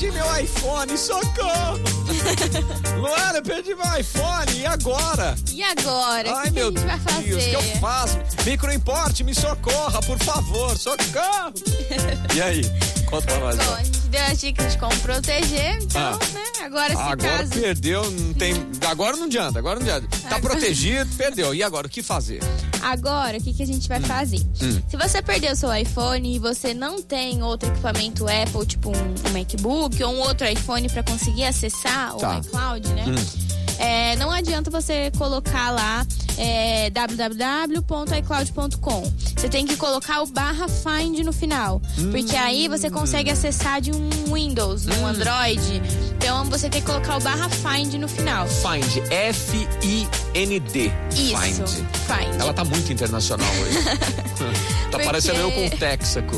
perdi meu iPhone, socorro! Luana, eu perdi meu iPhone, e agora? E agora? Ai, o que meu a gente vai fazer? Deus, o que eu faço? Microimporte, me socorra, por favor, socorro! E aí? Conta pra nós. Bom, a gente deu as dicas de como proteger, então, né? Agora se Agora caso... perdeu, não tem... Agora não adianta. Tá protegido, perdeu. E agora, o que fazer? Agora, o que a gente vai fazer? Se você perdeu o seu iPhone e você não tem outro equipamento Apple, tipo um MacBook ou um outro iPhone para conseguir acessar o iCloud, né? Não adianta você colocar lá www.icloud.com. Você tem que colocar o /find no final, porque aí você consegue acessar de um Windows, um Android. Então você tem que colocar o /find no final. Find, F-I-N-D. Isso, Find. Ela tá muito internacional hoje. Tá parecendo eu com o Texaco.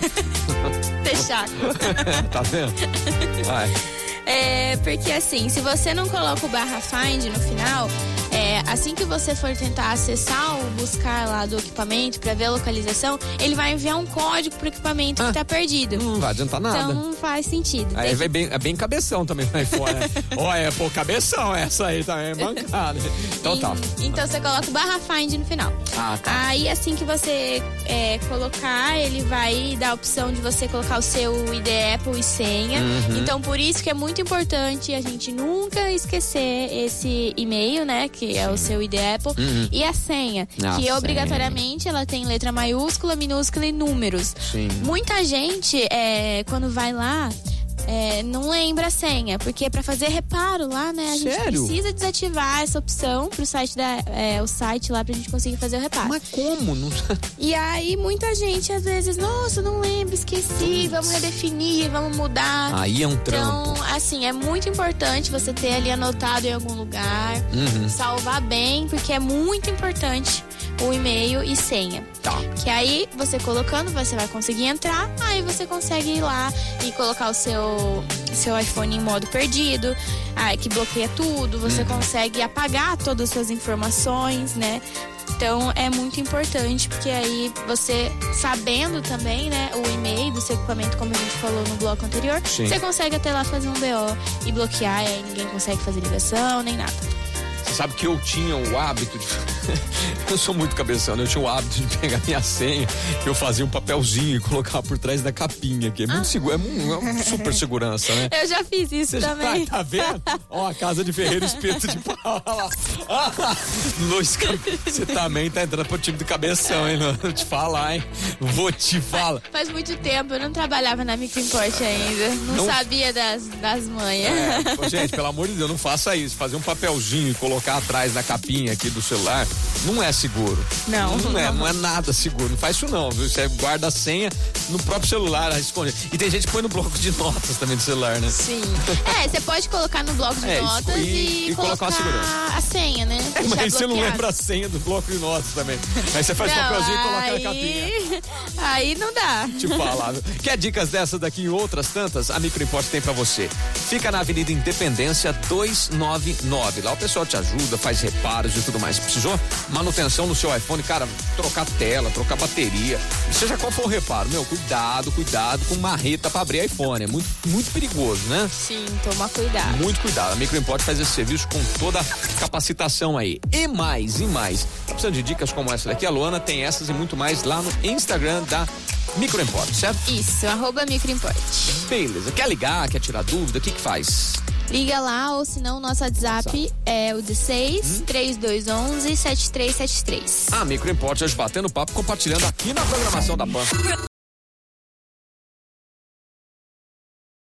Texaco. Tá vendo? Vai. Porque assim, se você não coloca o /find no final, assim que você for tentar acessar ou buscar lá do equipamento para ver a localização, ele vai enviar um código pro equipamento que tá perdido. Não vai adiantar nada. Então não faz sentido. Aí é bem cabeção também no iPhone, né? Cabeção essa aí também, é mancada. Então tá. Então você coloca o /find no final. Tá. Aí assim que você colocar, ele vai dar a opção de você colocar o seu ID Apple e senha. Então por isso que é muito importante a gente nunca esquecer esse e-mail, né? Que é o seu ID Apple. E a senha, que obrigatoriamente ela tem letra maiúscula, minúscula e números. Sim. Muita gente, quando vai lá, não lembra a senha, porque para fazer reparo lá, né, a gente precisa desativar essa opção pro site o site lá pra gente conseguir fazer o reparo. Mas como? Não... E aí muita gente às vezes, nossa, não lembro, esqueci, vamos redefinir, vamos mudar. Aí é um trampo. Então, assim, é muito importante você ter ali anotado em algum lugar, salvar bem, porque é muito importante o e-mail e senha. Tá. Que aí, você colocando, você vai conseguir entrar, aí você consegue ir lá e colocar o seu iPhone em modo perdido, que bloqueia tudo, você consegue apagar todas as suas informações, né? Então é muito importante, porque aí você, sabendo também, né, o e-mail do seu equipamento, como a gente falou no bloco anterior, você consegue até lá fazer um BO e bloquear, e aí ninguém consegue fazer ligação, nem nada. Você sabe que eu tinha o hábito de... Eu sou muito cabeção, eu tinha o hábito de pegar minha senha, eu fazia um papelzinho e colocava por trás da capinha, que é muito seguro, é super segurança, né? Eu já fiz isso também. Tá vendo? Ó, a casa de ferreiro, espeto de pau. Luiz, você também tá entrando pro time do cabeção, hein? Vou te falar, hein? Vou te falar. Faz muito tempo, eu não trabalhava na Microimport ainda, não sabia das manhas. Gente, pelo amor de Deus, não faça isso, fazer um papelzinho e colocar atrás da capinha aqui do celular, não é seguro. Não é nada seguro. Não faz isso não, viu? Você guarda a senha no próprio celular, esconde. E tem gente que põe no bloco de notas também do celular, né? Sim. Você pode colocar no bloco de notas e colocar a senha, né? Mas você não lembra a senha do bloco de notas também. Aí você faz papelzinho e coloca na capinha. Aí não dá. Te falar. Quer dicas dessas daqui e outras tantas? A Microimport tem pra você. Fica na Avenida Independência 299. Lá o pessoal te ajuda, faz reparos e tudo mais. Precisou? Manutenção no seu iPhone, cara, trocar tela, trocar bateria, seja qual for o reparo, cuidado com marreta pra abrir iPhone, é muito, muito perigoso, né? Sim, toma cuidado. Muito cuidado, a Microimport faz esse serviço com toda a capacitação aí, e mais, tá precisando de dicas como essa daqui, a Luana tem essas e muito mais lá no Instagram da Microimport, certo? Isso, @Microimport. Beleza, quer ligar, quer tirar dúvida, o que faz? Liga lá, ou senão o nosso WhatsApp é o 16-3211-7373. A Microimport hoje batendo papo, compartilhando aqui na programação da PAN.